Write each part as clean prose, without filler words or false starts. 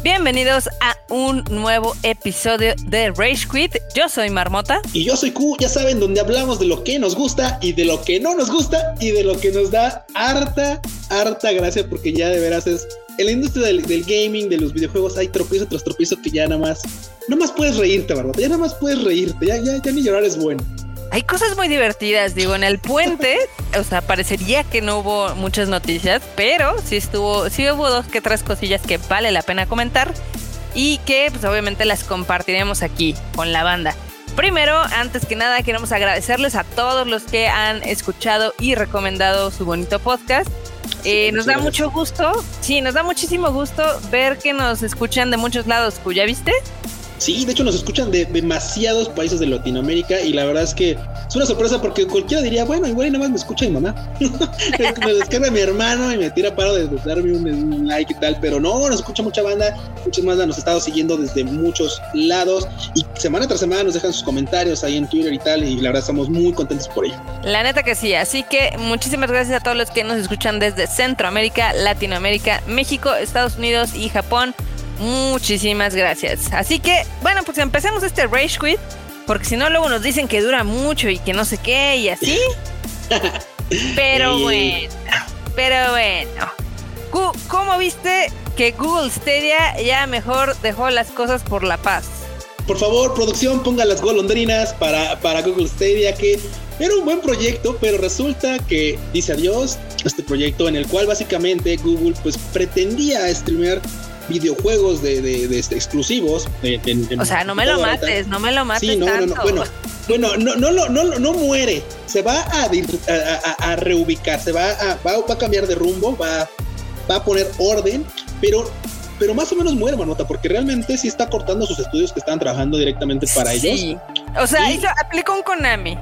Bienvenidos a un nuevo episodio de Rage Quit. Yo soy Marmota. Y yo soy Q, ya saben, donde hablamos de lo que nos gusta y de lo que no nos gusta y de lo que nos da harta gracia, porque ya de veras es... En la industria del gaming, de los videojuegos, hay tropiezo tras tropiezo que ya nada más puedes reírte, Marmota. Ya nada más puedes reírte, ya ni llorar es bueno. Hay cosas muy divertidas, digo, en el puente, o sea, parecería que no hubo muchas noticias, pero sí hubo dos que tres cosillas que vale la pena comentar y que pues obviamente las compartiremos aquí con la banda. Primero, antes que nada, queremos agradecerles a todos los que han escuchado y recomendado su bonito podcast. Nos da mucho gusto, nos da muchísimo gusto ver que nos escuchan de muchos lados, ¿ya viste? Sí, de hecho nos escuchan de demasiados países de Latinoamérica y la verdad es que es una sorpresa porque cualquiera diría, bueno, igual y nada más me escucha mi mamá. Me descarga mi hermano y me tira paro de darme un like y tal, pero no, nos escucha mucha banda, muchas bandas nos ha estado siguiendo desde muchos lados y semana tras semana nos dejan sus comentarios ahí en Twitter y tal, y la verdad estamos muy contentos por ello. La neta que sí, así que muchísimas gracias a todos los que nos escuchan desde Centroamérica, Latinoamérica, México, Estados Unidos y Japón. Muchísimas gracias. Así que, bueno, pues empecemos este Rage Quit, porque si no luego nos dicen que dura mucho y que no sé qué y así. Pero bueno. ¿Cómo viste que Google Stadia ya mejor dejó las cosas por la paz? Por favor, producción, ponga las golondrinas para Google Stadia, que era un buen proyecto, pero resulta que dice adiós este proyecto en el cual básicamente Google pues pretendía streamear videojuegos de exclusivos o sea, no me lo mates sí, tanto. No muere, se va a reubicar, va a cambiar de rumbo, va a poner orden, pero más o menos muere, Marmota, porque realmente sí está cortando sus estudios que estaban trabajando directamente para ellos. O sea, aplicó un Konami.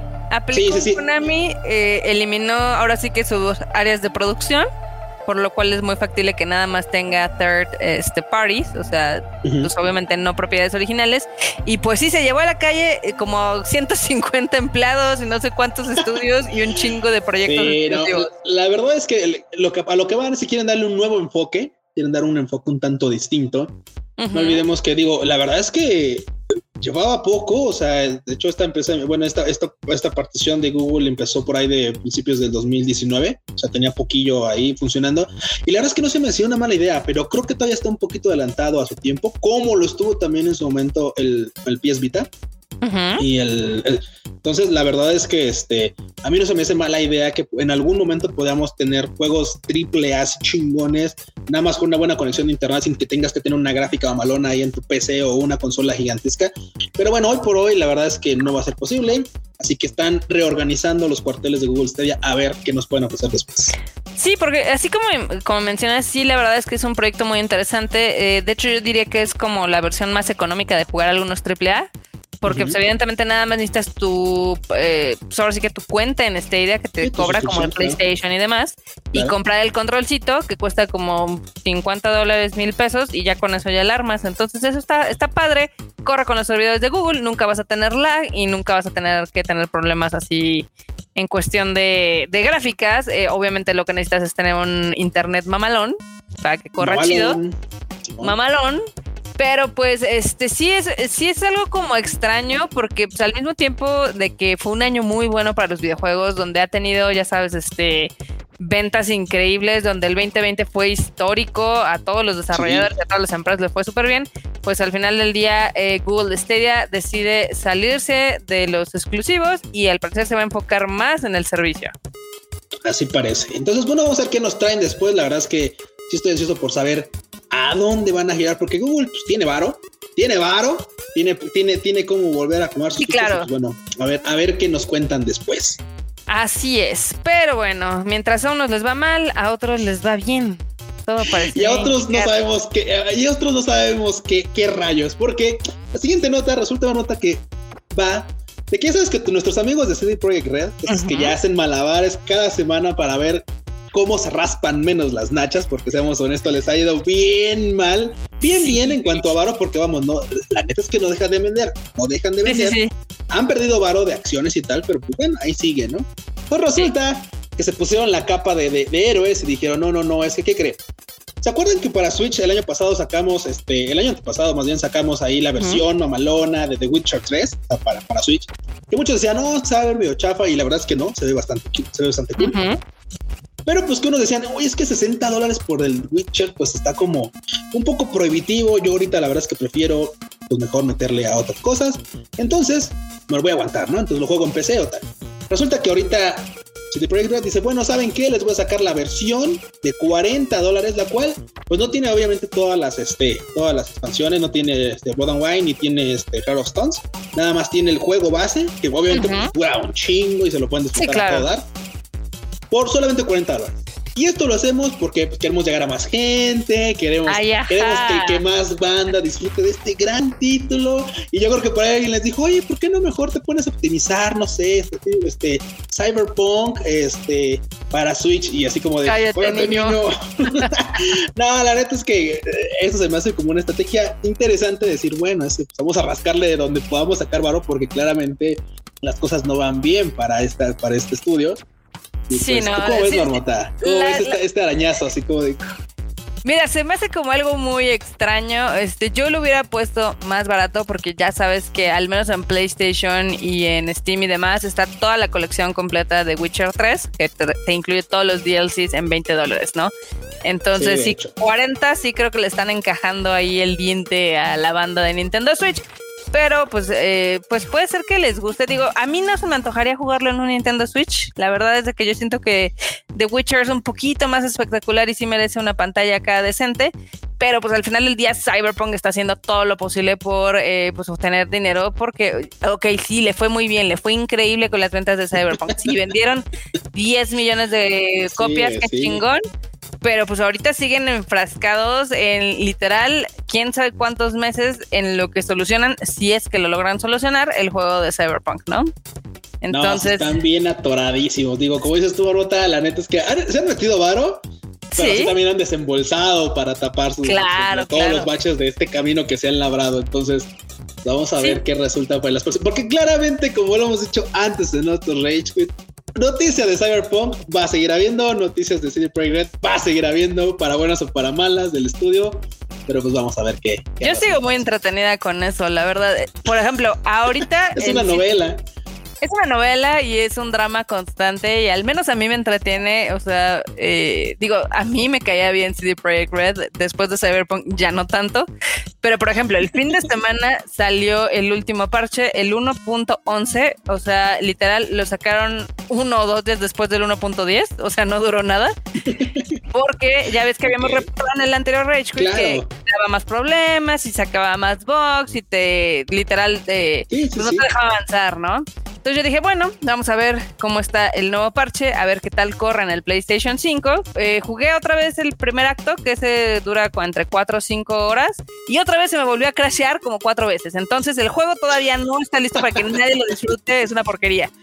Konami eliminó ahora sí que sus áreas de producción, por lo cual es muy factible que nada más tenga third parties, o sea, pues obviamente no propiedades originales, y pues sí se llevó a la calle como 150 empleados y no sé cuántos estudios y un chingo de proyectos. Pero la verdad es que a lo que van, si quieren darle un nuevo enfoque, quieren dar un enfoque un tanto distinto, no olvidemos que, la verdad es que llevaba poco, o sea, de hecho esta empresa, bueno, esta partición de Google empezó por ahí de principios del 2019, o sea, tenía poquillo ahí funcionando, y la verdad es que no se me hacía una mala idea, pero creo que todavía está un poquito adelantado a su tiempo, como lo estuvo también en su momento el PS Vita. Y entonces la verdad es que a mí no se me hace mala idea que en algún momento podamos tener juegos AAA chingones, nada más con una buena conexión de internet, sin que tengas que tener una gráfica mamalona ahí en tu PC o una consola gigantesca. Pero bueno, hoy por hoy la verdad es que no va a ser posible, así que están reorganizando los cuarteles de Google Stadia a ver qué nos pueden ofrecer después. Sí, porque así como mencionas, sí, la verdad es que es un proyecto muy interesante. De hecho, yo diría que es como la versión más económica de jugar algunos AAA. Porque pues evidentemente nada más necesitas pues ahora sí que tu cuenta en Stadia que te cobra como el PlayStation y demás, y comprar el controlcito que cuesta como $50, $1,000, y ya con eso ya alarmas. Entonces eso está padre, corre con los servidores de Google, nunca vas a tener lag y nunca vas a tener que tener problemas así en cuestión de gráficas. Obviamente lo que necesitas es tener un internet mamalón para que corra chido. Mamalón. Pero pues sí es algo como extraño, porque pues, al mismo tiempo de que fue un año muy bueno para los videojuegos, donde ha tenido, ya sabes, ventas increíbles, donde el 2020 fue histórico, a todos los desarrolladores, a todas las empresas les fue súper bien, pues al final del día Google Stadia decide salirse de los exclusivos y al parecer se va a enfocar más en el servicio. Así parece. Entonces, bueno, vamos a ver qué nos traen después. La verdad es que sí estoy ansioso por saber a dónde van a girar, porque Google pues, tiene varo, tiene cómo volver a acomodar sus fichas. Claro. Pues, bueno, a ver qué nos cuentan después. Así es, pero bueno, mientras a unos les va mal, a otros les va bien. Todo parece. Y a otros no sabemos qué rayos, porque la siguiente nota resulta una nota que va de que ya sabes que nuestros amigos de CD Projekt Red, que ya hacen malabares cada semana para ver cómo se raspan menos las nachas, porque seamos honestos, les ha ido bien mal, bien en cuanto a varo, porque vamos, no, la neta es que no dejan de vender. Sí. Han perdido varo de acciones y tal, pero pues bueno, ahí sigue, ¿no? Pues resulta que se pusieron la capa de héroes y dijeron, no, es que, ¿qué creen? ¿Se acuerdan que para Switch el año pasado sacamos, el año antepasado más bien sacamos ahí la versión mamalona de The Witcher 3, o sea, para Switch? Que muchos decían, no, se va a ver medio chafa, y la verdad es que no, se ve bastante cool. Pero pues que unos decían, oye, es que $60 por el Witcher, pues está como un poco prohibitivo. Yo ahorita la verdad es que prefiero pues mejor meterle a otras cosas. Entonces me lo voy a aguantar, ¿no? Entonces lo juego en PC o tal. Resulta que ahorita CD Projekt Red dice, bueno, ¿saben qué? Les voy a sacar la versión de $40, la cual pues no tiene obviamente todas las expansiones, no tiene Blood and Wine, ni tiene Heart of Stones, nada más tiene el juego base, que obviamente pues, dura un chingo y se lo pueden disfrutar a todo dar, por solamente $40. Y esto lo hacemos porque pues, queremos llegar a más gente, queremos que más banda disfrute de este gran título. Y yo creo que por ahí alguien les dijo, oye, ¿por qué no mejor te pones a optimizar, no sé, Cyberpunk para Switch? Y así como de, cállate, niño. No, la neta es que eso se me hace como una estrategia interesante de decir, bueno, pues, vamos a rascarle de donde podamos sacar varo, porque claramente las cosas no van bien para este estudio. Y sí, pues, no. ¿cómo ves, Marmota? ¿Cómo ves este arañazo? Así como de... Mira, se me hace como algo muy extraño. Yo lo hubiera puesto más barato porque ya sabes que al menos en PlayStation y en Steam y demás está toda la colección completa de Witcher 3, que te incluye todos los DLCs en $20, ¿no? Entonces, sí, 40 sí creo que le están encajando ahí el diente a la banda de Nintendo Switch. Pero pues puede ser que les guste. Digo, a mí no se me antojaría jugarlo en un Nintendo Switch. La verdad es de que yo siento que The Witcher es un poquito más espectacular y sí merece una pantalla acá decente. Pero pues al final del día Cyberpunk está haciendo todo lo posible por pues obtener dinero, porque sí, le fue muy bien, le fue increíble con las ventas de Cyberpunk. Sí, vendieron 10 millones de copias, qué chingón. Pero pues ahorita siguen enfrascados en literal quién sabe cuántos meses en lo que solucionan, si es que lo logran solucionar, el juego de Cyberpunk, ¿no? Entonces están bien atoradísimos. Digo, como dices tú, Barbota, la neta es que se han metido varo, pero sí también han desembolsado para tapar todos los baches de este camino que se han labrado. Entonces vamos a ver qué resulta para las personas, porque claramente, como lo hemos dicho antes en nuestro Rage Quit, noticias de Cyberpunk va a seguir habiendo, noticias de CD Projekt Red va a seguir habiendo, para buenas o para malas, del estudio, pero pues vamos a ver qué yo sigo muy entretenida con eso, la verdad. Por ejemplo, ahorita es una novela. Es una novela y es un drama constante y al menos a mí me entretiene. O sea, digo, a mí me caía bien CD Projekt Red, después de Cyberpunk ya no tanto, pero por ejemplo el fin de semana salió el último parche, el 1.11, o sea, literal lo sacaron 1 o 2 días después del 1.10, o sea, no duró nada, porque ya ves que habíamos reportado en el anterior Rage Quit que daba más problemas y sacaba más bugs y te literal no te dejaba avanzar, ¿no? Entonces yo dije, bueno, vamos a ver cómo está el nuevo parche, a ver qué tal corre en el PlayStation 5. Jugué otra vez el primer acto, que ese dura entre 4 o 5 horas, y otra vez se me volvió a crashear como 4 veces. Entonces el juego todavía no está listo para que nadie lo disfrute, es una porquería.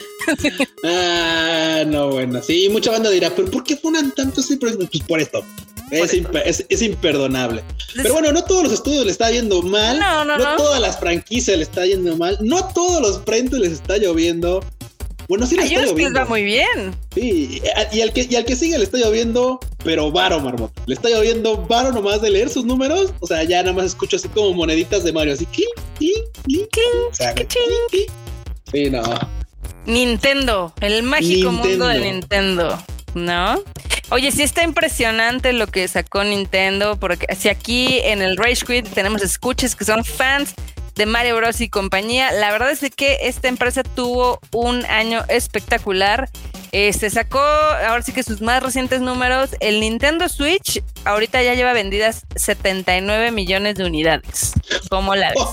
No, bueno, sí, mucha banda dirá, pero ¿por qué ponen tanto así? Pues por esto. Es imperdonable. Pero bueno, no todos los estudios le está yendo mal. No todas las franquicias le está yendo mal. No todos los frentes les está lloviendo. Bueno, sí le está lloviendo. Les va muy bien. Sí, y al que sigue le está lloviendo, pero varo, Marmota. Le está lloviendo varo nomás de leer sus números. O sea, ya nada más escucho así como moneditas de Mario. Así, sí, no. Nintendo, el mágico mundo de Nintendo, ¿no? Oye, sí está impresionante lo que sacó Nintendo, porque si aquí en el Rage Quit tenemos escuches que son fans de Mario Bros y compañía, la verdad es que esta empresa tuvo un año espectacular. Se sacó ahora sí que sus más recientes números. El Nintendo Switch ahorita ya lleva vendidas 79 millones de unidades. ¿Cómo la ves?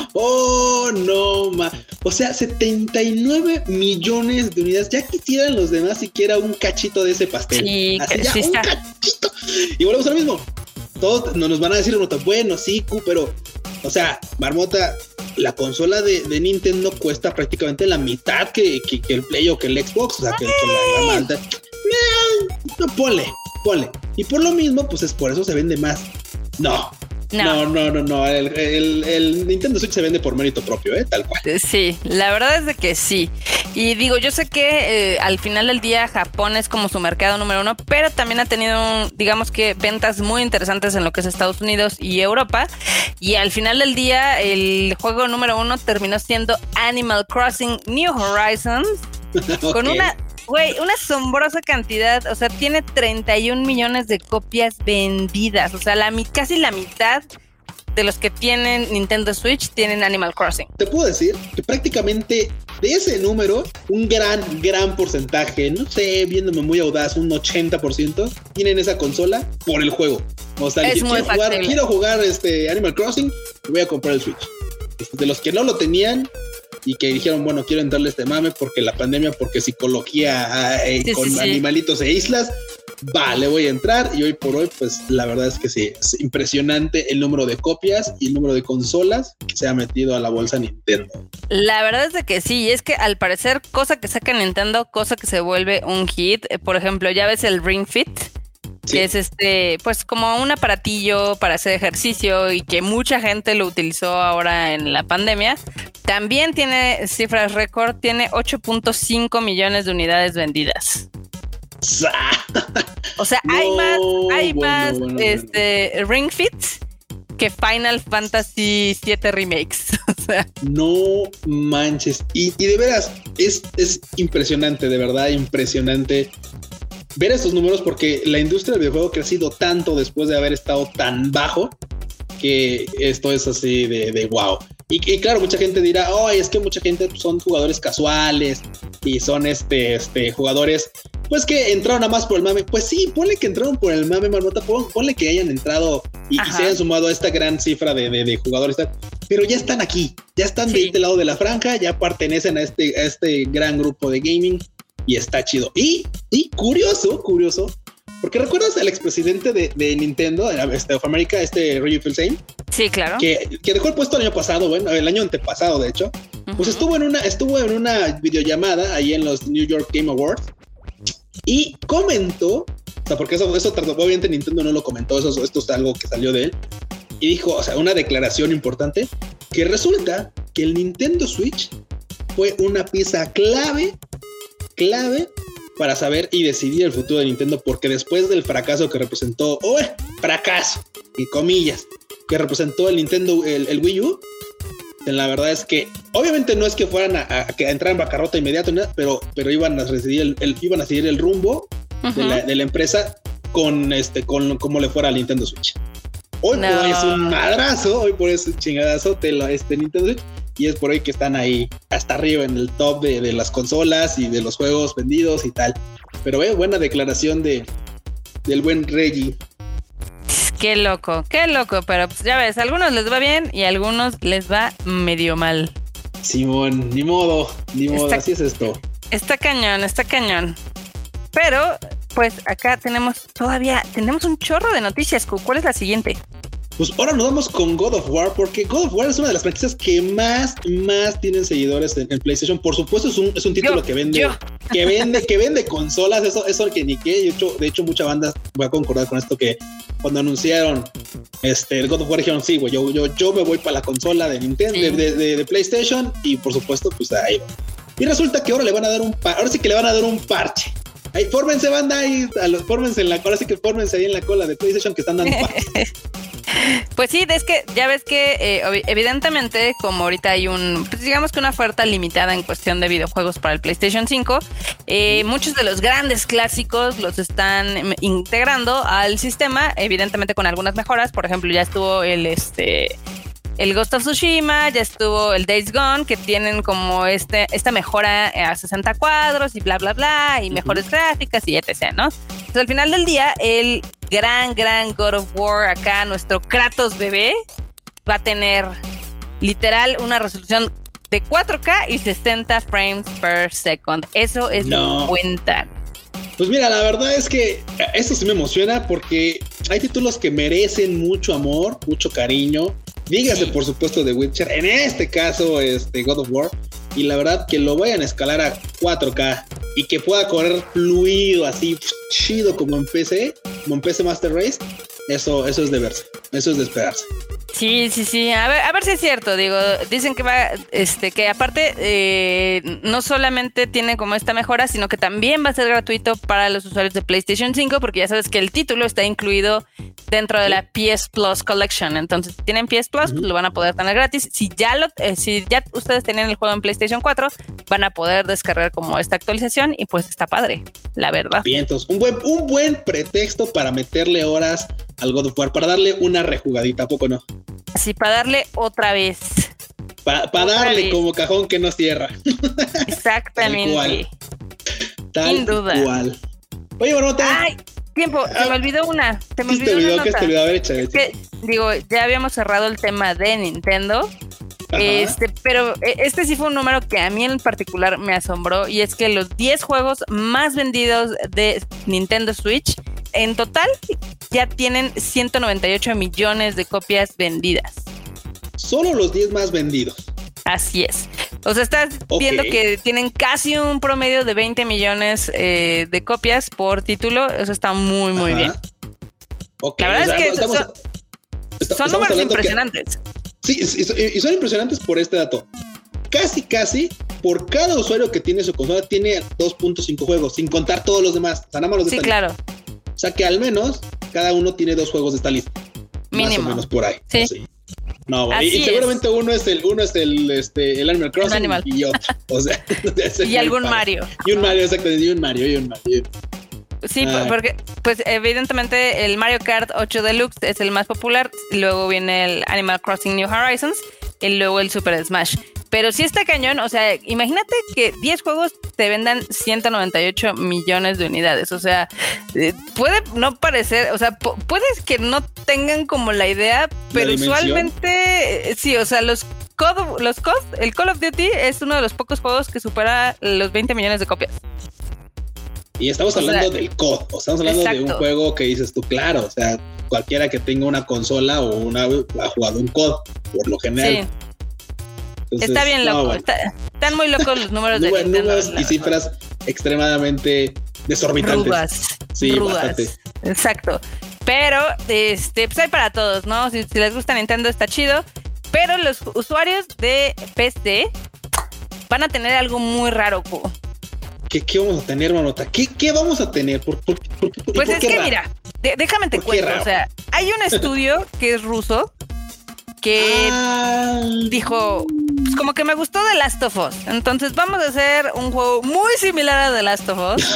No, o sea, 79 millones de unidades. Ya quisieran los demás siquiera un cachito de ese pastel. Sí, así ya, un cachito. Y volvemos a lo mismo. Todos nos van a decir, bueno, sí, pero, o sea, Marmota, la consola de Nintendo cuesta prácticamente la mitad que el Play o que el Xbox. O sea, que la gama. No, ponle. Y por lo mismo, pues es por eso se vende más. No, No. El Nintendo Switch se vende por mérito propio, tal cual. Sí, la verdad es de que sí. Y digo, yo sé que al final del día Japón es como su mercado número 1, pero también ha tenido, digamos que ventas muy interesantes en lo que es Estados Unidos y Europa. Y al final del día, el juego número 1 terminó siendo Animal Crossing New Horizons, con una asombrosa cantidad, o sea, tiene 31 millones de copias vendidas, o sea, casi la mitad de los que tienen Nintendo Switch tienen Animal Crossing. Te puedo decir que prácticamente de ese número, un gran porcentaje, no sé, viéndome muy audaz, un 80%, tienen esa consola por el juego. O sea, quiero jugar Animal Crossing, voy a comprar el Switch. De los que no lo tenían y que dijeron, bueno, quiero entrarle a este mame porque la pandemia, porque psicología con animalitos e islas, le voy a entrar. Y hoy por hoy, pues la verdad es que sí, es impresionante el número de copias y el número de consolas que se ha metido a la bolsa Nintendo. La verdad es de que sí, y es que al parecer, cosa que saca Nintendo, cosa que se vuelve un hit. Por ejemplo, ya ves el Ring Fit, que es pues como un aparatillo para hacer ejercicio y que mucha gente lo utilizó ahora en la pandemia. También tiene cifras récord, tiene 8.5 millones de unidades vendidas. O sea, hay más Ring Fit que Final Fantasy VII Remakes. O sea, no manches. Y de veras, es impresionante, de verdad, impresionante ver estos números, porque la industria del videojuego ha crecido tanto después de haber estado tan bajo, que esto es así de wow. Y claro, mucha gente dirá, es que mucha gente son jugadores casuales y son jugadores pues que entraron a más por el mame. Pues sí, ponle que entraron por el mame, Marmota, ponle que hayan entrado y se hayan sumado a esta gran cifra de jugadores, pero ya están aquí, ya están de este lado de la franja, ya pertenecen a este gran grupo de gaming y está chido. Y curioso, porque ¿recuerdas al expresidente de Nintendo, of America, Reggie Fils-Aime? Sí, claro. Que dejó el puesto el año pasado, bueno, el año antepasado, de hecho. Pues estuvo en una videollamada ahí en los New York Game Awards y comentó, o sea, porque eso obviamente Nintendo no lo comentó, esto es algo que salió de él, y dijo, o sea, una declaración importante, que resulta que el Nintendo Switch fue una pieza clave para saber y decidir el futuro de Nintendo, porque después del fracaso que representó, fracaso, y comillas, que representó el Nintendo, el Wii U, la verdad es que obviamente no es que fueran a entrar en bancarrota inmediato, pero iban a seguir el rumbo de la empresa con como le fuera al Nintendo Switch. Hoy por hoy es un madrazo, hoy por hoy es un chingadazo Nintendo Switch, y es por hoy que están ahí hasta arriba en el top de las consolas y de los juegos vendidos y tal. Pero buena declaración del buen Reggie. Qué loco, pero pues ya ves, a algunos les va bien y a algunos les va medio mal. Simón, ni modo, así es esto. Está cañón. Pero, pues acá tenemos un chorro de noticias. ¿Cuál es la siguiente? Pues ahora nos vamos con God of War, porque God of War es una de las franquicias que más tienen seguidores en PlayStation. Por supuesto, es un título que vende consolas, eso que ni qué. De hecho, mucha banda va a concordar con esto, que cuando anunciaron el God of War dijeron, sí, güey, yo me voy para la consola de Nintendo, de PlayStation, y por supuesto, pues ahí va. Y resulta que ahora le van a dar un parche. Ahí, fórmense, banda, fórmense ahí en la cola de PlayStation, que están dando parches. Pues sí, es que ya ves que evidentemente, como ahorita hay pues digamos que una oferta limitada en cuestión de videojuegos para el PlayStation 5, muchos de los grandes clásicos los están integrando al sistema, evidentemente con algunas mejoras. Por ejemplo, ya estuvo el Ghost of Tsushima, ya estuvo el Days Gone, que tienen como esta mejora a 60 cuadros y bla, bla, bla, y mejores gráficas y etc., ¿no? Entonces, al final del día, el gran God of War acá, nuestro Kratos bebé, va a tener literal una resolución de 4K y 60 frames per second. Eso es lo que cuentan. Pues mira, la verdad es que esto sí me emociona, porque hay títulos que merecen mucho amor, mucho cariño. Dígase, por supuesto, The Witcher, en este caso God of War, y la verdad que lo vayan a escalar a 4K y que pueda correr fluido, así chido como en PC Master Race, eso es de verse. Eso es de esperarse. Sí. A ver si es cierto. Digo, dicen que va, que aparte no solamente tiene como esta mejora, sino que también va a ser gratuito para los usuarios de PlayStation 5, porque ya sabes que el título está incluido dentro de la PS Plus Collection. Entonces, si tienen PS Plus, pues lo van a poder tener gratis. Si ya ustedes tenían el juego en PlayStation 4, van a poder descargar como esta actualización y pues está padre, la verdad. Bien, entonces, un buen pretexto para meterle horas al God of War, para darle una rejugadita, ¿a poco no? Sí, para darle otra vez. Para darle vez. Como cajón que no cierra. Exactamente. Sin duda. Oye, Marmota. Ay, tiempo, se me olvidó una. ¿Qué te olvidó? A ver, échale. Digo, ya habíamos cerrado el tema de Nintendo. Pero este sí fue un número que a mí en particular me asombró, y es que los 10 juegos más vendidos de Nintendo Switch en total ya tienen 198 millones de copias vendidas. Solo los 10 más vendidos. Así es. O sea, estás viendo que tienen casi un promedio de 20 millones de copias por título. Eso está muy, muy bien. Okay. La verdad es que son números impresionantes. Sí, y son impresionantes por este dato. Casi por cada usuario que tiene su consola tiene 2.5 juegos, sin contar todos los demás. O sea, nada más los de esta claro. lista. O sea que al menos cada uno tiene 2 juegos de esta lista. Mínimo. Más o menos por ahí. Sí. Así. No, y seguramente uno es el Animal Crossing y otro. O sea, y algún Mario. Y un Mario, exactamente. Y un Mario. Sí, porque pues evidentemente el Mario Kart 8 Deluxe es el más popular, luego viene el Animal Crossing New Horizons y luego el Super Smash. Pero sí está cañón, o sea, imagínate que 10 juegos te vendan 198 millones de unidades, o sea, puede no parecer, o sea, puede que no tengan como la idea, pero usualmente sí, o sea, el Call of Duty es uno de los pocos juegos que supera los 20 millones de copias. Y estamos hablando del COD, o estamos hablando de un juego que dices tú, claro, o sea, cualquiera que tenga una consola o ha jugado un COD, por lo general. Sí. Entonces, está bien loco, bueno. Están muy locos los números de Nintendo. Números y cifras extremadamente desorbitantes. Rudas. Sí, bastante. Exacto. Pero, pues hay para todos, ¿no? Si les gusta Nintendo está chido, pero los usuarios de PC van a tener algo muy raro, ¿Qué vamos a tener, Manota? ¿Qué vamos a tener? Pues es que raro? Mira, déjame te cuento. O sea, hay un estudio que es ruso que dijo, pues como que me gustó The Last of Us. Entonces vamos a hacer un juego muy similar a The Last of Us.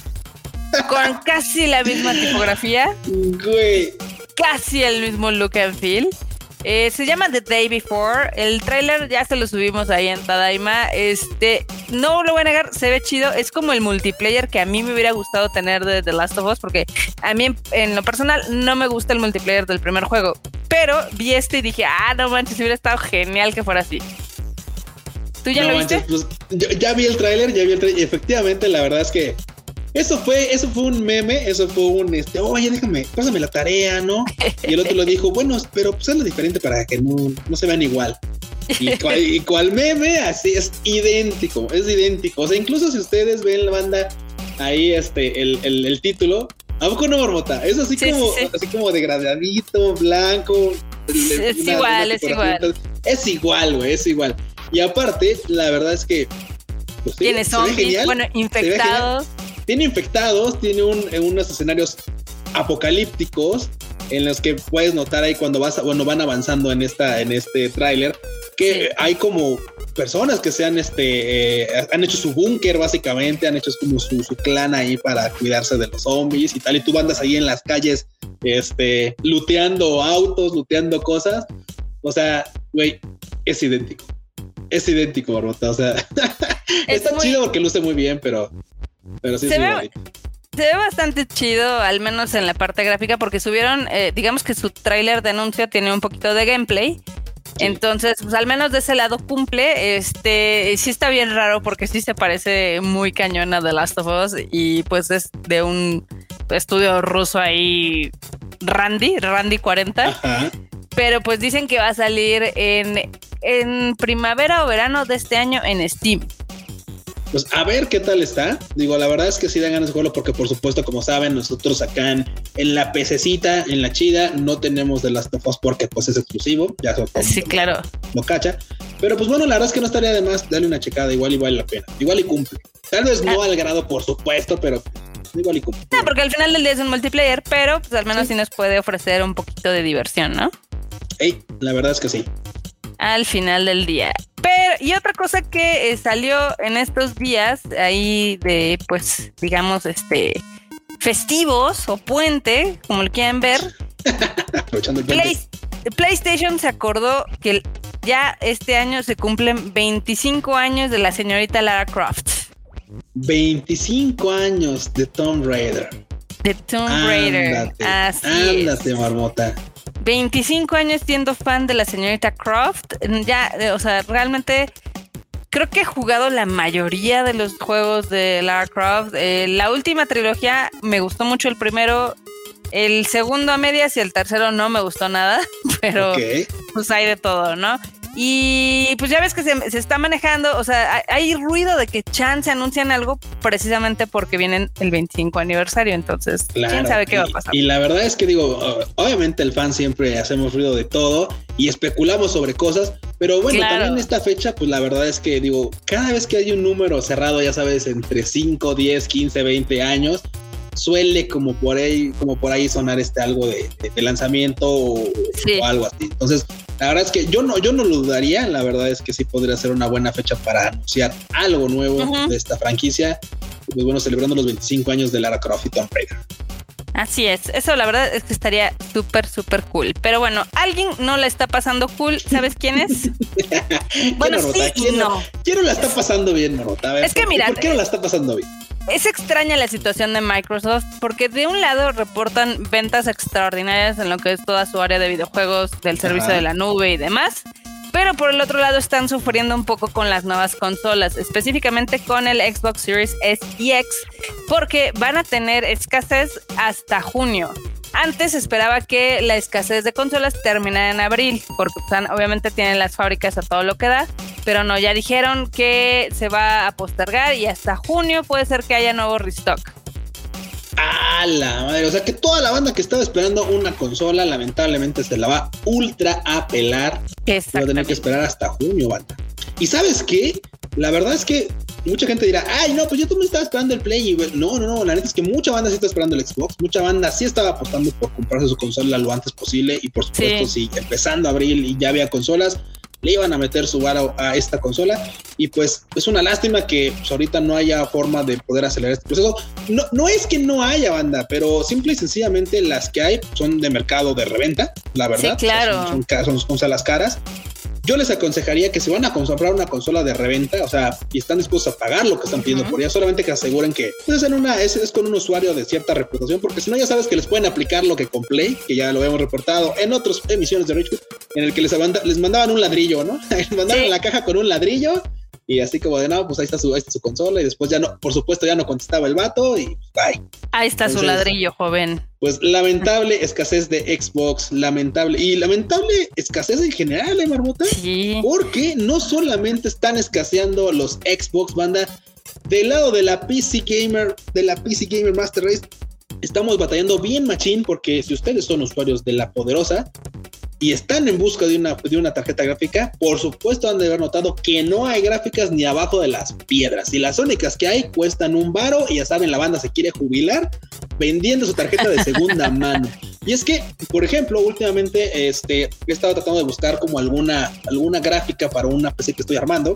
Con casi la misma tipografía. Güey. Casi el mismo look and feel. Se llama The Day Before. El tráiler ya se lo subimos ahí en Tadaima. No lo voy a negar, se ve chido. Es como el multiplayer que a mí me hubiera gustado tener de The Last of Us, porque a mí en lo personal no me gusta el multiplayer del primer juego. Pero vi y dije, no manches, hubiera estado genial que fuera así. ¿Tú ya lo viste? Pues, yo ya vi el tráiler, y efectivamente la verdad es que eso fue un meme, eso fue un oye, déjame, pásame la tarea, ¿no? Y el otro lo dijo, bueno, pero pues hazlo diferente para que no se vean igual. Y cual meme, así es idéntico. O sea, incluso si ustedes ven la banda ahí, el título, ¿a poco no, Marmota? Es así así como degradadito, blanco. Es igual. Es igual, güey, es igual. Y aparte, la verdad es que pues, tiene zombies, bueno, infectados. Tiene infectados, tiene unos escenarios apocalípticos en los que puedes notar ahí cuando van avanzando en este tráiler que hay como personas que han hecho su búnker básicamente, han hecho como su clan ahí para cuidarse de los zombies y tal, y tú andas ahí en las calles looteando autos, looteando cosas, o sea, güey, es idéntico, Barbota, o sea, está chido porque luce muy bien, pero sí se ve bastante chido, al menos en la parte gráfica, porque subieron, digamos que su tráiler de anuncio tiene un poquito de gameplay. Sí. Entonces, pues al menos de ese lado cumple. Sí está bien raro porque sí se parece muy cañón a The Last of Us. Y pues es de un estudio ruso ahí, Randy 40. Ajá. Pero pues dicen que va a salir en primavera o verano de este año en Steam. Pues a ver qué tal está. Digo, la verdad es que sí dan ganas de jugarlo porque, por supuesto, como saben, nosotros acá en la pececita, en la chida, no tenemos The Last of Us porque pues es exclusivo. Ya sí, claro. Lo cacha. Pero pues bueno, la verdad es que no estaría de más darle una checada. Igual y vale la pena. Igual y cumple. Tal vez no al grado, por supuesto, pero igual y cumple. No, porque al final del día es un multiplayer, pero pues al menos sí nos puede ofrecer un poquito de diversión, ¿no? La verdad es que sí. Al final del día. Pero, y otra cosa que salió en estos días, ahí de, pues, digamos, festivos o puente, como lo quieran ver. Aprovechando el puente. PlayStation se acordó que ya este año se cumplen 25 años de la señorita Lara Croft. 25 años de Tomb Raider. De Tomb Raider. Ándate, marmota. 25 años siendo fan de la señorita Croft. Ya, o sea, realmente creo que he jugado la mayoría de los juegos de Lara Croft. La última trilogía me gustó mucho el primero. El segundo a medias y el tercero no me gustó nada. Pero pues hay de todo, ¿no? Y pues ya ves que se está manejando, o sea, hay ruido de que chance anuncian algo precisamente porque vienen el 25 aniversario, entonces claro, quién sabe qué va a pasar. Y la verdad es que digo, obviamente el fan siempre hacemos ruido de todo y especulamos sobre cosas, pero bueno, también esta fecha, pues la verdad es que digo, cada vez que hay un número cerrado, ya sabes, entre 5, 10, 15, 20 años, suele como por ahí sonar algo de lanzamiento o algo así. Entonces, la verdad es que yo no lo dudaría. La verdad es que sí podría ser una buena fecha para anunciar algo nuevo de esta franquicia. Pues bueno, celebrando los 25 años de Lara Croft y Tomb Raider. Así es, eso la verdad es que estaría súper, súper cool. Pero bueno, alguien no la está pasando cool, ¿sabes quién es? Bueno, sí y no. ¿Quién no la está pasando bien, Marota? A ver, es que mira, ¿por qué no la está pasando bien? Es extraña la situación de Microsoft porque de un lado reportan ventas extraordinarias en lo que es toda su área de videojuegos, del servicio de la nube y demás, pero por el otro lado están sufriendo un poco con las nuevas consolas, específicamente con el Xbox Series S y X, porque van a tener escasez hasta junio. Antes esperaba que la escasez de consolas terminara en abril, porque obviamente tienen las fábricas a todo lo que da, pero no, ya dijeron que se va a postergar y hasta junio puede ser que haya nuevo restock. ¡A la madre! O sea que toda la banda que estaba esperando una consola, lamentablemente se la va ultra a pelar. Exactamente. Va a tener que esperar hasta junio, banda. ¿Y sabes qué? La verdad es que mucha gente dirá, ay, no, pues yo también estaba esperando el Play. Y no, la neta es que mucha banda sí está esperando el Xbox. Mucha banda sí estaba apostando por comprarse su consola lo antes posible. Y por supuesto, si empezando abril y ya había consolas, le iban a meter su varo a esta consola. Y pues es una lástima que pues, ahorita no haya forma de poder acelerar este proceso. No es que no haya, banda, pero simple y sencillamente las que hay son de mercado de reventa, la verdad. Sí, claro. Son consolas caras. Yo les aconsejaría que si van a comprar una consola de reventa, o sea, y están dispuestos a pagar lo que están pidiendo por ella, solamente que aseguren que pues, es con un usuario de cierta reputación, porque si no ya sabes que les pueden aplicar lo que con Play, que ya lo hemos reportado en otras emisiones de Richwood, en el que les mandaban un ladrillo, ¿no? Les mandaban la caja con un ladrillo y así como de no, pues ahí está su consola y después ya no, por supuesto ya no contestaba el vato y bye. Ahí está su ladrillo, joven. Pues lamentable escasez de Xbox, lamentable escasez en general, Marmota. Sí. Porque no solamente están escaseando los Xbox, banda, del lado de la PC Gamer Master Race, estamos batallando bien machín porque si ustedes son usuarios de la poderosa y están en busca de una tarjeta gráfica, por supuesto han de haber notado que no hay gráficas ni abajo de las piedras. Y las únicas que hay cuestan $1 y ya saben, la banda se quiere jubilar vendiendo su tarjeta de segunda mano. Y es que, por ejemplo, últimamente he estado tratando de buscar como alguna gráfica para una PC que estoy armando.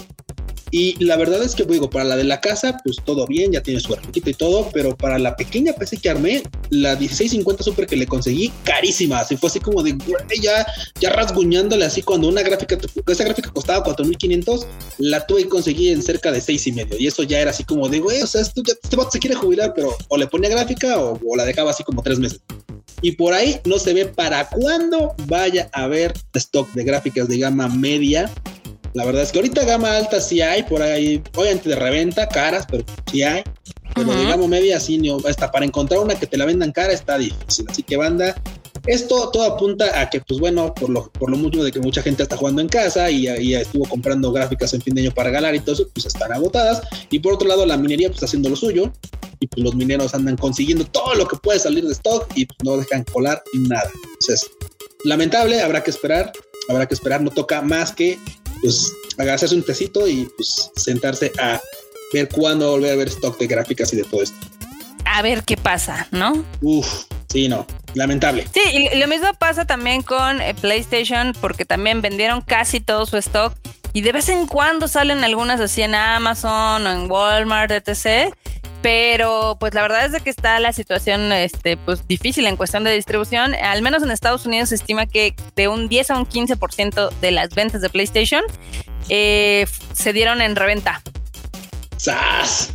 Y la verdad es que, digo, para la de la casa, pues todo bien, ya tiene su grafiquita y todo, pero para la pequeña PC que armé, la 1650 Super que le conseguí, carísima, así fue así como de, güey, ya rasguñándole así cuando esa gráfica costaba 4,500, la tuve que conseguir en cerca de 6,5, y eso ya era así como de, güey, o sea, este vato se quiere jubilar, pero o le ponía gráfica o la dejaba así como 3 meses. Y por ahí no se ve para cuándo vaya a haber stock de gráficas de gama media. La verdad es que ahorita gama alta sí hay, por ahí, obviamente de reventa, caras, pero sí hay. Pero de gama media sí, hasta para encontrar una que te la vendan cara está difícil. Así que banda, Esto todo apunta a que, pues bueno, por lo mucho de que mucha gente está jugando en casa y estuvo comprando gráficas en fin de año para regalar y todo eso, pues están agotadas. Y por otro lado, la minería pues está haciendo lo suyo y pues los mineros andan consiguiendo todo lo que puede salir de stock y pues, no dejan colar nada. Entonces, lamentable, habrá que esperar, no toca más que pues agarrarse un tecito y pues sentarse a ver cuándo volver a ver stock de gráficas y de todo esto. A ver qué pasa, ¿no? Sí, no, lamentable. Sí, y lo mismo pasa también con PlayStation, porque también vendieron casi todo su stock y de vez en cuando salen algunas así en Amazon o en Walmart, etc. Pero pues la verdad es de que está la situación pues difícil en cuestión de distribución. Al menos en Estados Unidos se estima que de un 10 a un 15% de las ventas de PlayStation se dieron en reventa. ¡Sas!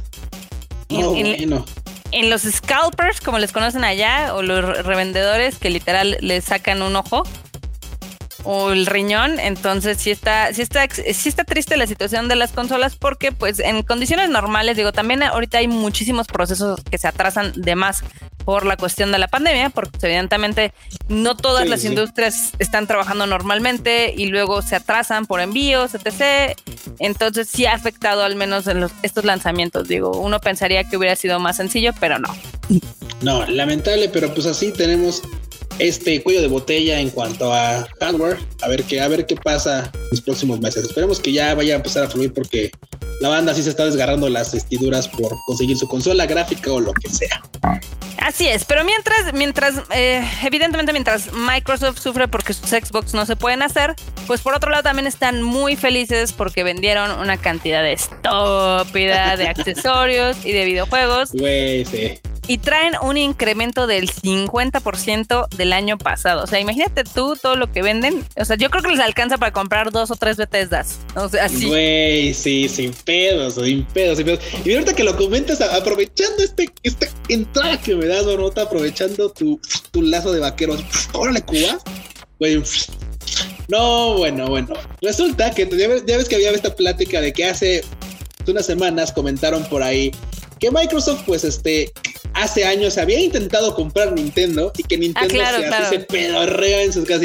En los scalpers, como les conocen allá, o los revendedores que literal les sacan un ojo o el riñón, entonces sí está triste la situación de las consolas, porque pues en condiciones normales, digo, también ahorita hay muchísimos procesos que se atrasan de más por la cuestión de la pandemia, porque pues, evidentemente no todas las industrias están trabajando normalmente y luego se atrasan por envíos, etc. Entonces sí ha afectado al menos en estos lanzamientos. Digo, uno pensaría que hubiera sido más sencillo, pero no. No, lamentable, pero pues así tenemos este cuello de botella en cuanto a hardware. A ver qué pasa en los próximos meses. Esperemos que ya vaya a empezar a fluir, porque la banda sí se está desgarrando las vestiduras por conseguir su consola gráfica o lo que sea. Así es, pero evidentemente mientras Microsoft sufre porque sus Xbox no se pueden hacer, pues por otro lado también están muy felices porque vendieron una cantidad estúpida de accesorios y de videojuegos. Güey, sí. Y traen un incremento del 50% del año pasado. O sea, imagínate tú todo lo que venden. O sea, yo creo que les alcanza para comprar 2 o 3 Bethesdas. O sea, así. Güey, sí, sin pedos. Y ahorita que lo comentas, aprovechando esta entrada que me das, Nota, aprovechando tu lazo de vaquero. Órale, Cuba. Güey. No, bueno. Resulta que ya ves que había esta plática de que hace unas semanas comentaron por ahí que Microsoft, pues hace años había intentado comprar Nintendo y que Nintendo se pedorrea en sus casas.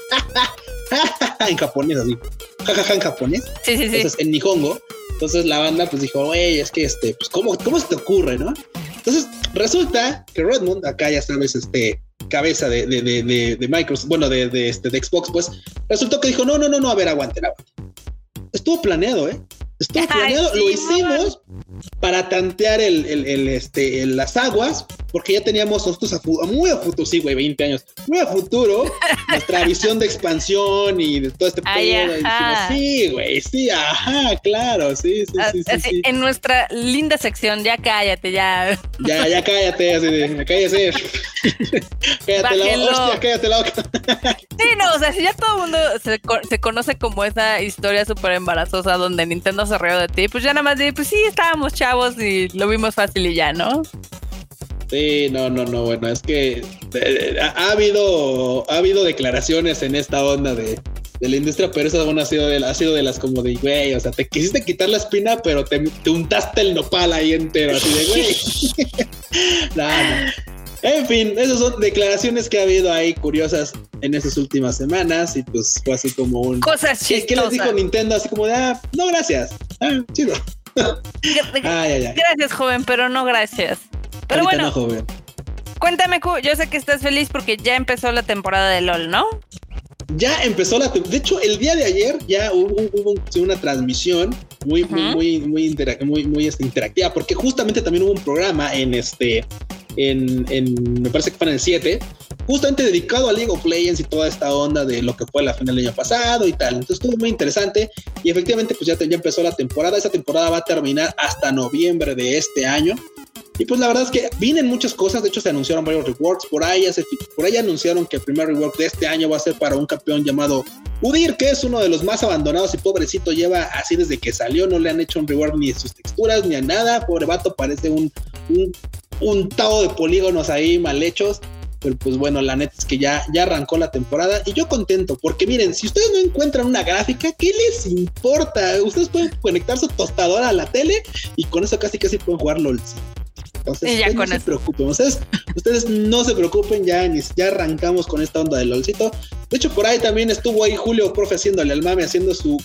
En japonés, así. Jajaja, en japonés. Sí. Entonces, en Nihongo. Entonces la banda pues dijo, güey, es que pues ¿cómo se te ocurre, no? Entonces resulta que Redmond, acá ya sabes, cabeza de Microsoft, bueno, de Xbox, pues resultó que dijo, no, a ver, aguanten. Estuvo planeado, lo hicimos para tantear las aguas, porque ya teníamos nosotros muy a futuro, sí, güey, 20 años, muy a futuro, nuestra visión de expansión y de todo este pedo. Y dijimos, sí, güey, sí, ajá, claro, sí. En nuestra linda sección, ya cállate, ya. Ya cállate, así de, cállate. Cállate la boca. Sí, no, o sea, si ya todo el mundo se conoce como esa historia súper embarazosa donde Nintendo se rió de ti, pues ya nada más de, pues sí, estábamos chavos y lo vimos fácil y ya, ¿no? Sí, no, bueno, es que ha habido declaraciones en esta onda de la industria, pero esa aún ha sido de las como de, güey, o sea, te quisiste quitar la espina, pero te untaste el nopal ahí entero, así de, güey. No. En fin, esas son declaraciones que ha habido ahí curiosas en estas últimas semanas y pues fue así como un... Cosas chistosas. ¿Qué les dijo Nintendo? Así como de, no, gracias. Chido. Gracias, joven, pero no gracias. Pero ahorita bueno, no, joven. Cuéntame, Q, yo sé que estás feliz porque ya empezó la temporada de LOL, ¿no? Ya empezó de hecho, el día de ayer ya hubo una transmisión muy interactiva, porque justamente también hubo un programa me parece que fue en el 7, justamente dedicado a League of Legends y toda esta onda de lo que fue la final del año pasado y tal. Entonces estuvo muy interesante y efectivamente pues ya empezó la temporada. Esa temporada va a terminar hasta noviembre de este año. Y pues la verdad es que vienen muchas cosas. De hecho se anunciaron varios rewards. Por ahí anunciaron que el primer reward de este año va a ser para un campeón llamado Udyr, que es uno de los más abandonados y pobrecito lleva así desde que salió. No le han hecho un reward ni a sus texturas ni a nada. Pobre vato, parece un tao de polígonos ahí mal hechos. Pero pues bueno, la neta es que ya arrancó la temporada y yo contento, porque miren, si ustedes no encuentran una gráfica, ¿qué les importa? Ustedes pueden conectar su tostadora a la tele y con eso casi pueden jugar LOL. Entonces, no se preocupen. Ustedes Ustedes no se preocupen, ya arrancamos con esta onda del LOLcito. De hecho, por ahí también estuvo ahí Julio, profe, haciéndole al mame, haciendo su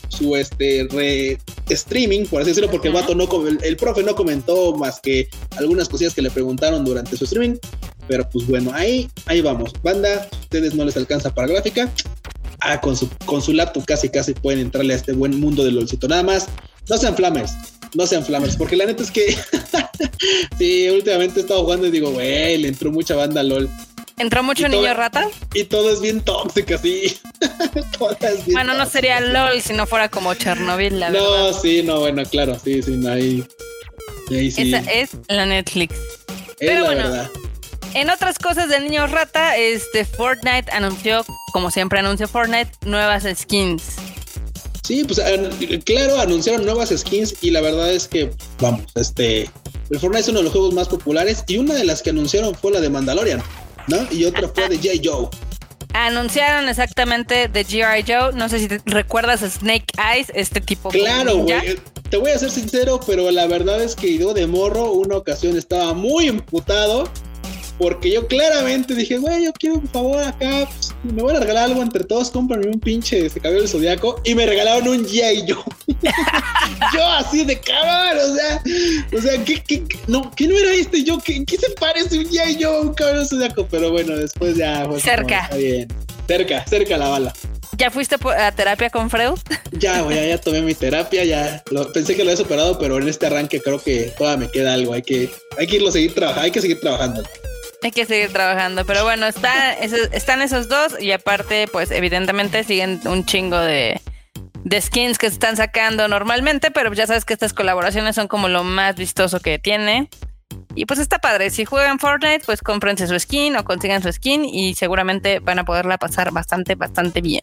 streaming, por así decirlo, porque el vato el profe no comentó más que algunas cosillas que le preguntaron durante su streaming. Pero pues bueno, ahí vamos. Banda, si ustedes no les alcanza para gráfica, con su laptop casi pueden entrarle a este buen mundo del LOLcito. Nada más, no sean flamers, porque la neta es que sí, últimamente he estado jugando y digo, güey, le entró mucha banda a LOL. ¿Entró mucho niño rata? Y todo es bien tóxico, así. Bueno, no sería LOL si no fuera como Chernobyl, la verdad. No, sí, no, bueno, claro, sí, no, ahí sí. Esa es la Netflix. Pero bueno, verdad. En otras cosas de niños rata, Fortnite anunció, como siempre anuncia Fortnite, nuevas skins. Sí, pues claro, anunciaron nuevas skins y la verdad es que, vamos, el Fortnite es uno de los juegos más populares y una de las que anunciaron fue la de Mandalorian, ¿no? Y otra fue de G.I. Joe. Anunciaron exactamente de G.I. Joe, no sé si te recuerdas a Snake Eyes, este tipo. Claro, güey, te voy a ser sincero, pero la verdad es que yo de morro una ocasión estaba muy emputado porque yo claramente dije, güey, yo quiero un favor acá, pues, me van a regalar algo entre todos, cómprame un pinche cabello del Zodiaco y me regalaron un G.I. Joe. Yo así de cabrón, o sea, ¿qué no era este yo? ¿Qué se parece un G.I. Joe a un cabello del Zodiaco? Pero bueno, después ya fue cerca. Como, está bien, cerca la bala. ¿Ya fuiste a terapia con Freud? Ya, güey, ya tomé mi terapia, pensé que lo había superado, pero en este arranque creo que todavía me queda algo, hay que seguir trabajando. Hay que seguir trabajando, pero bueno, están esos dos y aparte, pues evidentemente siguen un chingo de skins que se están sacando normalmente, pero ya sabes que estas colaboraciones son como lo más vistoso que tiene. Y pues está padre, si juegan Fortnite, pues cómprense su skin o consigan su skin y seguramente van a poderla pasar bastante bien.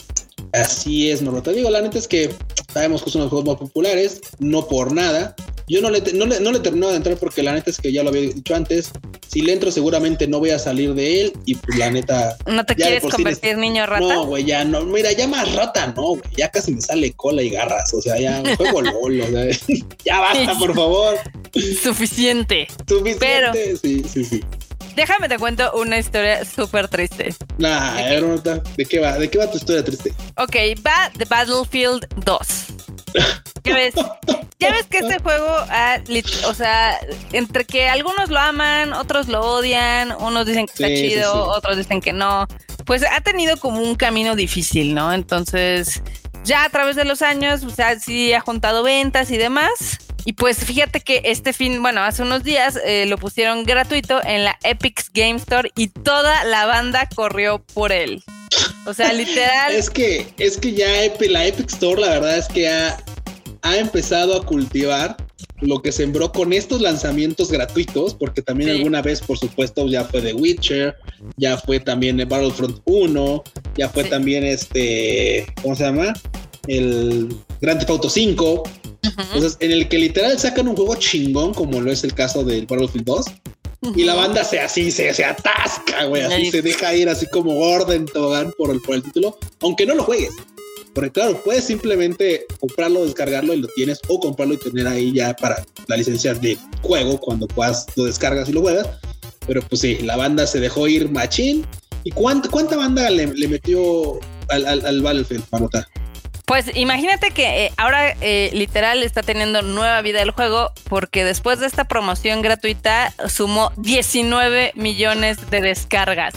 Así es, Norro. Te digo, la neta es que sabemos que son los juegos más populares, no por nada. Yo no le he terminado de entrar porque la neta es que ya lo había dicho antes. Si le entro seguramente no voy a salir de él y pues la neta... ¿No te quieres convertir niño rata? No, güey, ya no. Mira, ya más rata no, güey. Ya casi me sale cola y garras. O sea, ya juego LOL. O sea, ya basta, por favor. Suficiente. Pero... Sí. Déjame te cuento una historia súper triste. ¿De qué va? ¿De qué va tu historia triste? Ok, va The Battlefield 2. ¿Ya ves que este juego, o sea, entre que algunos lo aman, otros lo odian, unos dicen que está chido, otros dicen que no, pues ha tenido como un camino difícil, ¿no? Entonces, ya a través de los años, o sea, sí ha juntado ventas y demás. Y pues fíjate que hace unos días lo pusieron gratuito en la Epic Game Store y toda la banda corrió por él. O sea, literal. Es que ya la Epic Store, la verdad es que ha empezado a cultivar lo que sembró con estos lanzamientos gratuitos, porque también alguna vez, por supuesto, ya fue The Witcher, ya fue también el Battlefront 1, ya fue también ¿cómo se llama? El Grand Theft Auto 5. Entonces, en el que literal sacan un juego chingón, como lo es el caso del Battlefield 2, y la banda se atasca, güey, así se deja ir así como gorda en tobogán por el título, aunque no lo juegues. Porque claro, puedes simplemente comprarlo, descargarlo y lo tienes, o comprarlo y tener ahí ya para la licencia de juego, cuando puedas lo descargas y lo juegas. Pero pues sí, la banda se dejó ir machín. ¿Y cuánta banda le metió al Battlefield, Marmota? Pues imagínate que ahora literal está teniendo nueva vida el juego porque después de esta promoción gratuita sumó 19 millones de descargas.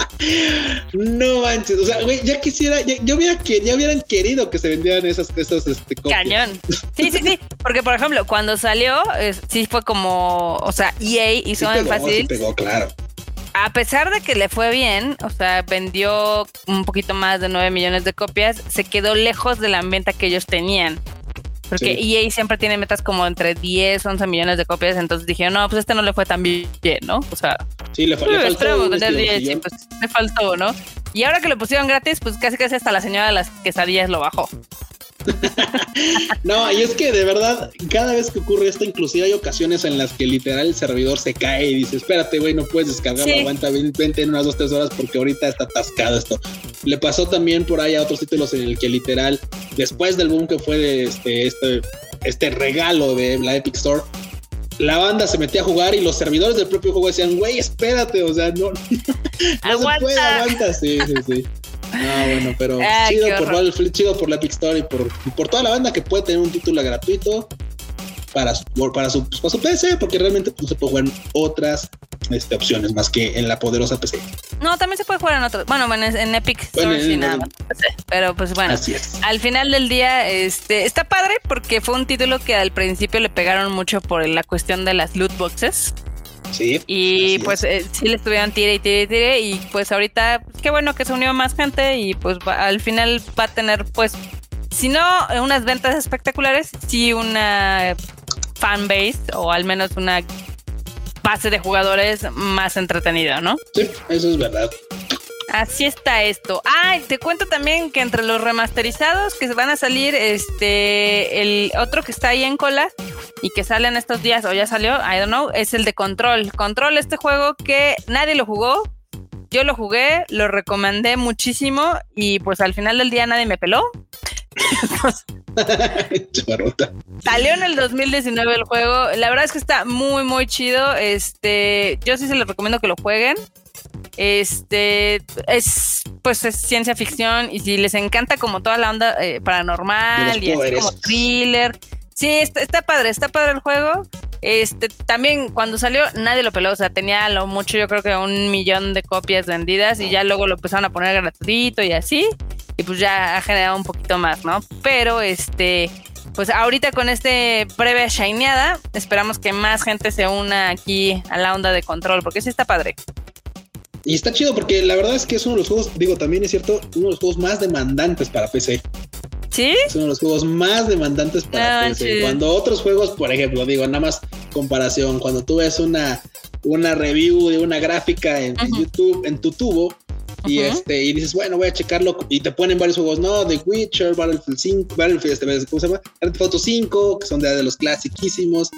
No manches, o sea, güey, ya hubieran querido que se vendieran esas copias. Cañón. Sí, porque por ejemplo, cuando salió, sí fue como, o sea, EA hizo énfasis. Sí pegó, claro. A pesar de que le fue bien, o sea, vendió un poquito más de 9 millones de copias, se quedó lejos de la venta que ellos tenían. Porque EA siempre tiene metas como entre 10, 11 millones de copias, entonces dijeron, no, pues no le fue tan bien, ¿no? O sea, sí, le faltó. Esperamos vender 10, sí, pues le faltó, ¿no? Y ahora que lo pusieron gratis, pues casi hasta la señora de las quesadillas lo bajó. No, y es que de verdad, cada vez que ocurre esto, inclusive hay ocasiones en las que literal el servidor se cae y dice, espérate, güey, no puedes descargarlo, aguanta, vente en unas 2-3 horas porque ahorita está atascado esto. Le pasó también por ahí a otros títulos en el que literal, después del boom que fue de este regalo de la Epic Store, la banda se metía a jugar y los servidores del propio juego decían, güey, espérate, o sea, no se puede, aguanta. Sí. Bueno, pero chido por la Epic Store y por toda la banda que puede tener un título gratuito para su PC, porque realmente no se puede jugar en otras opciones más que en la poderosa PC. No, también se puede jugar en otros. Bueno, en Epic Store sí, nada más. Pero pues bueno, al final del día está padre porque fue un título que al principio le pegaron mucho por la cuestión de las loot boxes. Sí. Y pues sí le estuvieron tire y pues ahorita qué bueno que se unió más gente y pues al final va a tener pues si no unas ventas espectaculares, sí una fanbase o al menos una base de jugadores más entretenida, ¿no? Sí, eso es verdad. Así está esto. Te cuento también que entre los remasterizados que van a salir, el otro que está ahí en cola y que sale en estos días, o ya salió, I don't know, es el de Control. Control, este juego que nadie lo jugó. Yo lo jugué, lo recomendé muchísimo y pues al final del día nadie me peló. Salió en el 2019 el juego. La verdad es que está muy, muy chido. Yo sí se les recomiendo que lo jueguen. Es ciencia ficción y si les encanta como toda la onda paranormal y así como thriller. Sí, está padre el juego. También cuando salió nadie lo peló, o sea, tenía a lo mucho yo creo que 1 millón de copias vendidas y ya luego lo empezaron a poner gratuito y así, y pues ya ha generado un poquito más, ¿no? Pero pues ahorita con breve shineada, esperamos que más gente se una aquí a la onda de Control, porque sí está padre. Y está chido porque la verdad es que es uno de los juegos, digo, también es cierto, uno de los juegos más demandantes para PC. ¿Sí? Es uno de los juegos más demandantes para PC. Sí. Cuando otros juegos, por ejemplo, digo, nada más comparación, cuando tú ves una review de una gráfica en YouTube, en tu tubo, y y dices, bueno, voy a checarlo, y te ponen varios juegos, no, The Witcher, Battlefield 5, ¿cómo se llama? Grand Theft Auto 5, que son de los clasiquísimos,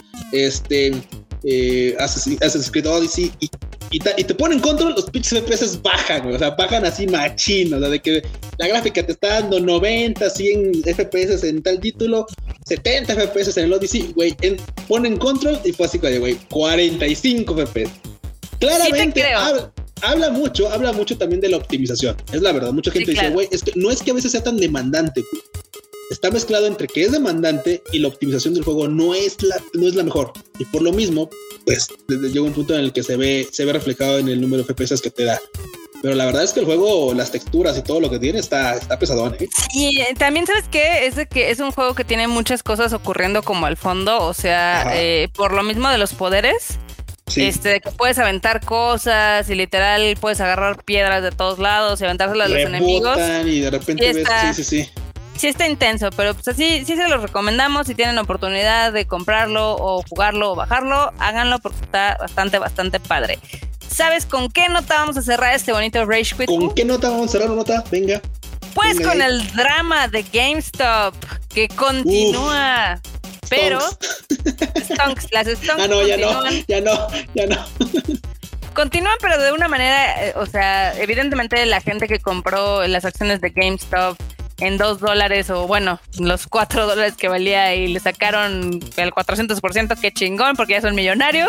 Assassin's Creed Odyssey, y te ponen Control, los pinches FPS bajan, güey, o sea, bajan así machín, o sea, de que la gráfica te está dando 90, 100 FPS en tal título, 70 FPS en el Odyssey, güey, ponen Control y fue así, güey, 45 FPS. Claramente, sí, habla mucho también de la optimización, es la verdad, mucha gente dice, güey, es que no es que a veces sea tan demandante, güey. Está mezclado entre que es demandante y la optimización del juego no es la mejor. Y por lo mismo, pues llega un punto en el que se ve reflejado en el número de FPS que te da. Pero la verdad es que el juego, las texturas y todo lo que tiene está pesadón, ¿eh? Y también, ¿sabes qué? Es de que es un juego que tiene muchas cosas ocurriendo como al fondo. O sea, por lo mismo de los poderes. Sí. Que puedes aventar cosas y literal puedes agarrar piedras de todos lados y aventárselas a los enemigos. Y de repente ves, sí. Sí está intenso, pero pues así sí se los recomendamos. Si tienen oportunidad de comprarlo o jugarlo o bajarlo, háganlo porque está bastante padre. ¿Sabes con qué nota vamos a cerrar este bonito Rage Quit? ¿Con qué nota vamos a cerrar, nota? Venga. Pues venga con el drama de GameStop que continúa. Pero las Stonks no, ya no. Continúan, pero de una manera, o sea, evidentemente la gente que compró las acciones de GameStop en $2 o bueno, los $4 que valía y le sacaron el 400%, qué chingón, porque ya son millonarios.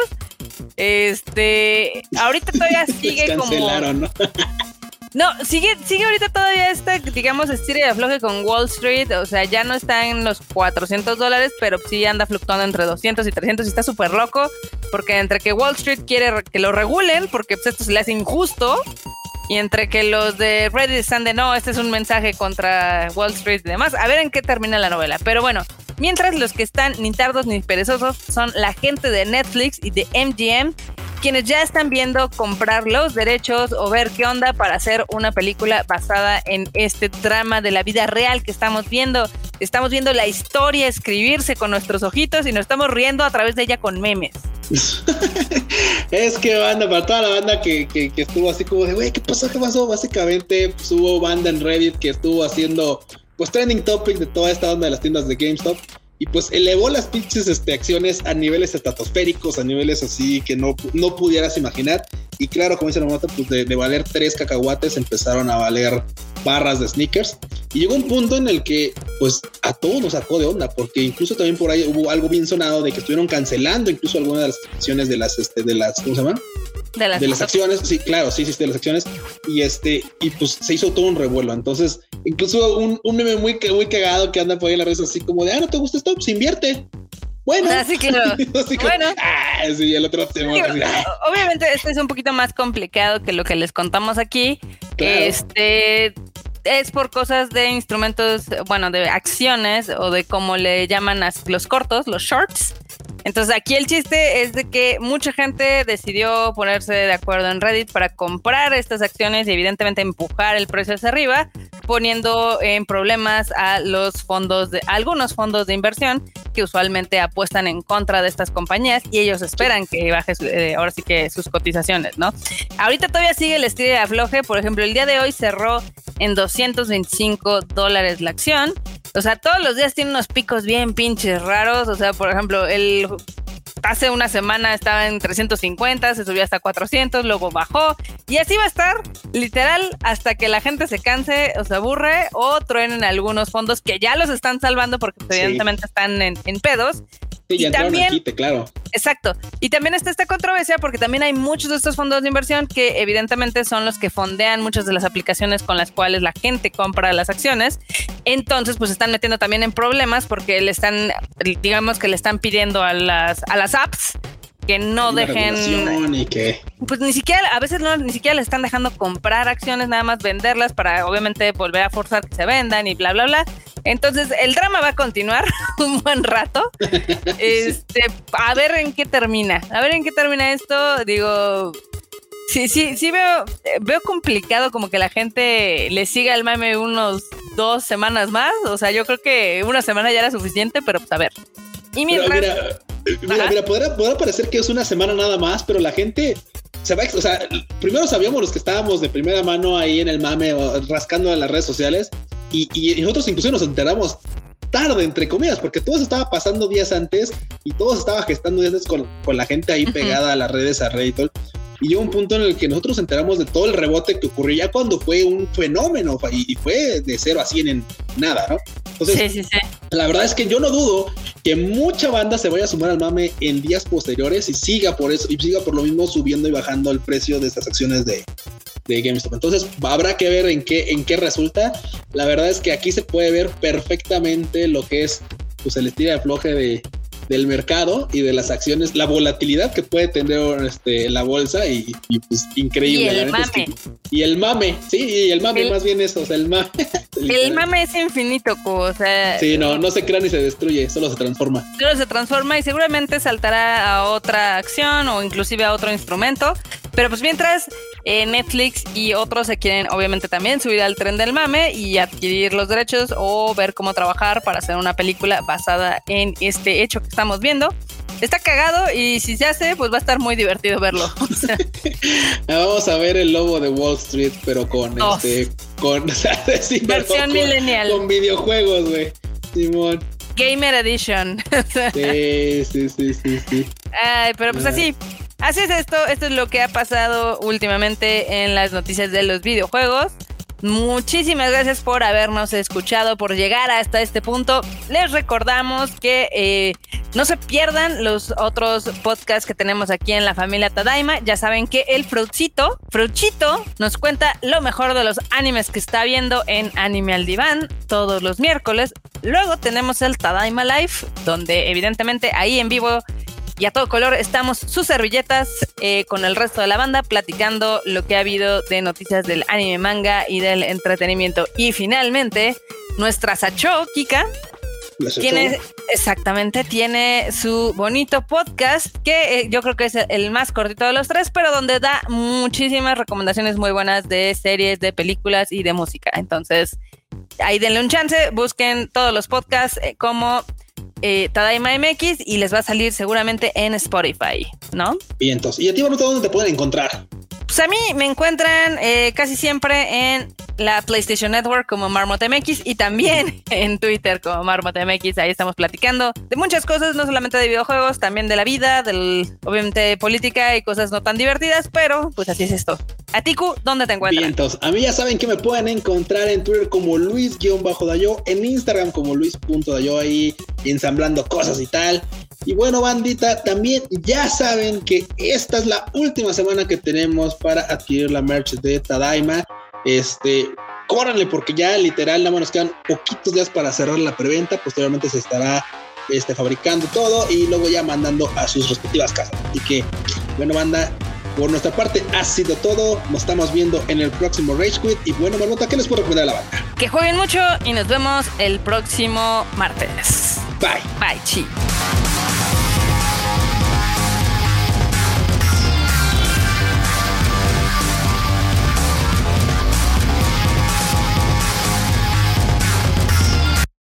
Ahorita todavía sigue cancelaron, como... No, sigue ahorita todavía digamos, estira y afloje con Wall Street, o sea, ya no está en los $400, pero sí anda fluctuando entre 200 y 300 y está súper loco, porque entre que Wall Street quiere que lo regulen, porque pues esto se le hace injusto, y entre que los de Reddit están de no, este es un mensaje contra Wall Street y demás, a ver en qué termina la novela. Pero bueno, mientras los que están ni tardos ni perezosos son la gente de Netflix y de MGM, quienes ya están viendo comprar los derechos o ver qué onda para hacer una película basada en este drama de la vida real que estamos viendo. Estamos viendo la historia escribirse con nuestros ojitos y nos estamos riendo a través de ella con memes. Es que banda, para toda la banda que estuvo así como de, güey, ¿qué pasó? Básicamente pues, hubo banda en Reddit que estuvo haciendo pues trending topic de toda esta onda de las tiendas de GameStop. y pues elevó las pinches acciones a niveles estratosféricos, a niveles así que no pudieras imaginar. Y claro, como dice la nota, pues de valer 3 cacahuates empezaron a valer barras de sneakers. Y llegó un punto en el que pues a todos nos sacó de onda, porque incluso también por ahí hubo algo bien sonado de que estuvieron cancelando incluso algunas de las acciones de las ¿cómo se llaman? De las acciones, sí, claro, sí, de las acciones. Y pues se hizo todo un revuelo. Entonces, incluso un meme muy cagado que anda por ahí en las redes así como de, ¿no te gusta esto? Pues invierte. Bueno, sí, claro. así como, bueno, sí, el otro tema. Digo, obviamente, esto es un poquito más complicado que lo que les contamos aquí. Claro. Es por cosas de instrumentos, bueno, de acciones o de como le llaman a los cortos, los shorts. Entonces aquí el chiste es de que mucha gente decidió ponerse de acuerdo en Reddit para comprar estas acciones y evidentemente empujar el precio hacia arriba, poniendo en problemas a algunos fondos de inversión que usualmente apuestan en contra de estas compañías y ellos esperan que baje ahora sí que sus cotizaciones, ¿no? Ahorita todavía sigue el estilo de afloje. Por ejemplo, el día de hoy cerró en $225 la acción. O sea, todos los días tiene unos picos bien pinches raros. O sea, por ejemplo, hace una semana estaba en 350, se subió hasta 400, luego bajó. Y así va a estar, literal, hasta que la gente se canse o se aburre o truenen algunos fondos que ya los están salvando porque evidentemente están en pedos. Sí, ya entraron al quite, claro. Exacto. Y también está esta controversia porque también hay muchos de estos fondos de inversión que evidentemente son los que fondean muchas de las aplicaciones con las cuales la gente compra las acciones. Entonces, pues están metiendo también en problemas porque le están pidiendo a las apps que no dejen y que pues ni siquiera a veces ni siquiera le están dejando comprar acciones, nada más venderlas para obviamente volver a forzar que se vendan y bla bla bla. Entonces el drama va a continuar un buen rato. A ver en qué termina esto. Digo, sí veo complicado como que la gente le siga el mame unos 2 semanas más. O sea, yo creo que una semana ya era suficiente, pero pues a ver. Y Mira, podrá parecer que es una semana nada más, pero la gente se va, o sea, primero sabíamos los que estábamos de primera mano ahí en el mame rascando en las redes sociales y nosotros incluso nos enteramos tarde, entre comillas, porque todo se estaba pasando días antes y todo se estaba gestando días antes con la gente ahí pegada a las redes, a Reddit. Y llegó un punto en el que nosotros enteramos de todo el rebote que ocurrió ya cuando fue un fenómeno y fue de 0 a 100 en nada, ¿no? Entonces, sí. La verdad es que yo no dudo que mucha banda se vaya a sumar al mame en días posteriores y siga por eso y siga por lo mismo subiendo y bajando el precio de estas acciones de GameStop. Entonces habrá que ver en qué resulta. La verdad es que aquí se puede ver perfectamente lo que es pues el estilo de afloje del mercado y de las acciones, la volatilidad que puede tener la bolsa y pues increíble. Y el mame, más bien eso, o sea, el mame. El mame es infinito, o sea. Sí, no se crea ni se destruye, solo se transforma. Y seguramente saltará a otra acción o inclusive a otro instrumento. Pero pues mientras Netflix y otros se quieren obviamente también subir al tren del mame y adquirir los derechos o ver cómo trabajar para hacer una película basada en este hecho que estamos viendo. Está cagado y si se hace, pues va a estar muy divertido verlo. O sea, vamos a ver el lobo de Wall Street, pero con versión millennial. Con videojuegos, güey. Simón. Gamer Edition. Sí. Ay, pero pues así es esto es lo que ha pasado últimamente en las noticias de los videojuegos. Muchísimas gracias por habernos escuchado, por llegar hasta este punto. Les recordamos que no se pierdan los otros podcasts que tenemos aquí en la familia Tadaima. Ya saben que el Fruchito nos cuenta lo mejor de los animes que está viendo en Anime al Diván todos los miércoles. Luego tenemos el Tadaima Live, donde evidentemente ahí en vivo y a todo color estamos sus servilletas con el resto de la banda platicando lo que ha habido de noticias del anime, manga y del entretenimiento. Y finalmente, nuestra Sacho, Kika, tiene su bonito podcast que yo creo que es el más cortito de los tres, pero donde da muchísimas recomendaciones muy buenas de series, de películas y de música. Entonces, ahí denle un chance, busquen todos los podcasts como Tadaima MX y les va a salir seguramente en Spotify, ¿no? Y entonces, ¿y a ti, Baruto, dónde te pueden encontrar? Pues a mí me encuentran casi siempre en la PlayStation Network como MarmotMX y también en Twitter como MarmotMX. Ahí estamos platicando de muchas cosas, no solamente de videojuegos, también de la vida, obviamente política y cosas no tan divertidas, pero pues así es esto. A Tiku, ¿dónde te encuentras? Bien, entonces, a mí ya saben que me pueden encontrar en Twitter como Luis-Dayo, en Instagram como Luis.dayo, ahí ensamblando cosas y tal. Y bueno, bandita, también ya saben que esta es la última semana que tenemos para adquirir la merch de Tadaima. Córranle, porque ya literal nada más nos quedan poquitos días para cerrar la preventa. Posteriormente se estará fabricando todo y luego ya mandando a sus respectivas casas. Así que, bueno, banda, por nuestra parte ha sido todo. Nos estamos viendo en el próximo Rage Quit. Y bueno, Marmota, ¿qué les puedo recomendar a la banda? Que jueguen mucho y nos vemos el próximo martes. Bye. Bye, chi.